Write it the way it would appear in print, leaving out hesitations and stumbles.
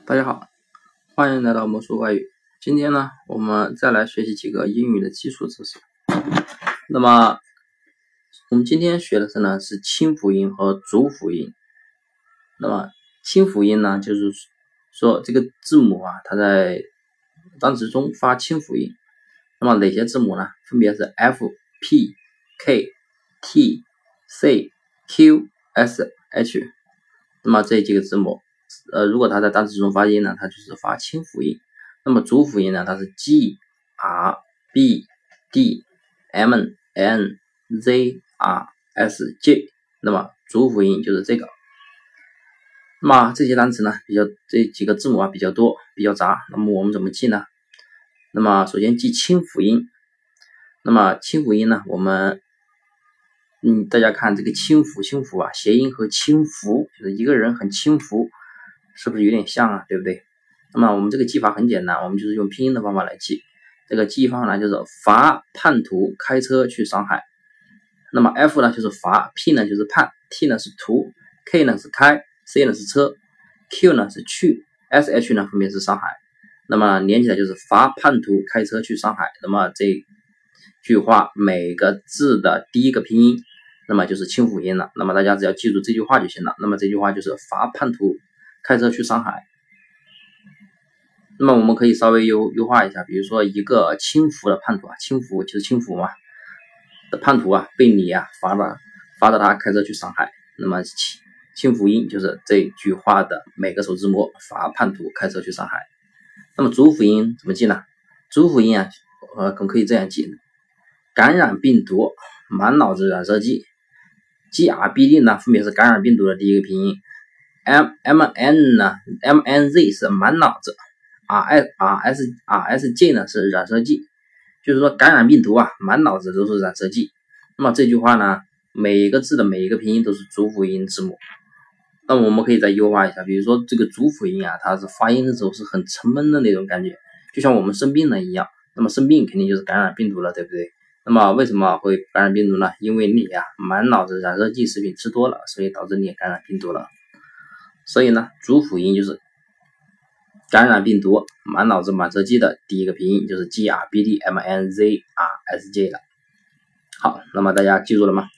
大家好，欢迎来到魔术外语。今天呢，我们再来学习几个英语的基础知识。那么，我们今天学的是清辅音和浊辅音。那么，清辅音呢，就是说这个字母啊，它在单词中发清辅音。那么哪些字母呢？分别是 F、P、K、T、C、Q、S、H。那么这几个字母，如果它在单词中发音呢，它就是发清辅音。那么浊辅音呢，它是 G、R、B、D、M、N、Z、R、S、J。那么浊辅音就是这个。那么这些单词呢，这几个字母啊比较多，比较杂。那么我们怎么记呢？那么首先记清辅音。那么清辅音呢，我们大家看这个清辅啊，谐音和轻浮，就是一个人很轻浮，是不是有点像啊？对不对？那么我们这个记法很简单，我们就是用拼音的方法来记。这个记法呢，就是罚叛徒开车去上海。那么 F 呢就是罚， P 呢就是叛， T 呢是徒， K 呢是开， C 呢是车， Q 呢是去， SH 呢分别是上海。那么连起来就是罚叛徒开车去上海。那么这句话每个字的第一个拼音，那么就是清辅音了。那么大家只要记住这句话就行了。那么这句话就是罚叛徒开车去上海。那么我们可以稍微优化一下，比如说一个轻浮的叛徒啊，轻浮就是轻浮嘛的叛徒啊，被你啊罚着他开车去上海。那么清辅音就是这句话的每个首字母，罚叛徒开车去上海。那么浊辅音怎么记呢？浊辅音啊，更可以这样记：感染病毒，满脑子染色剂。GRBD 呢，分别是感染病毒的第一个拼音。MN 呢 ，MNZ 是满脑子。RSJ 呢是染色剂。就是说感染病毒啊，满脑子都是染色剂。那么这句话呢，每一个字的每一个拼音都是浊辅音字母。那么我们可以再优化一下，比如说这个浊辅音啊，它是发音的时候是很沉闷的那种感觉，就像我们生病了一样。那么生病肯定就是感染病毒了，对不对？那么为什么会感染病毒呢？因为你啊满脑子染色剂食品吃多了，所以导致你感染病毒了。所以呢，浊辅音就是感染病毒满脑子染色剂的第一个拼音就是 GRBDMNZRSJ 了。好，那么大家记住了吗？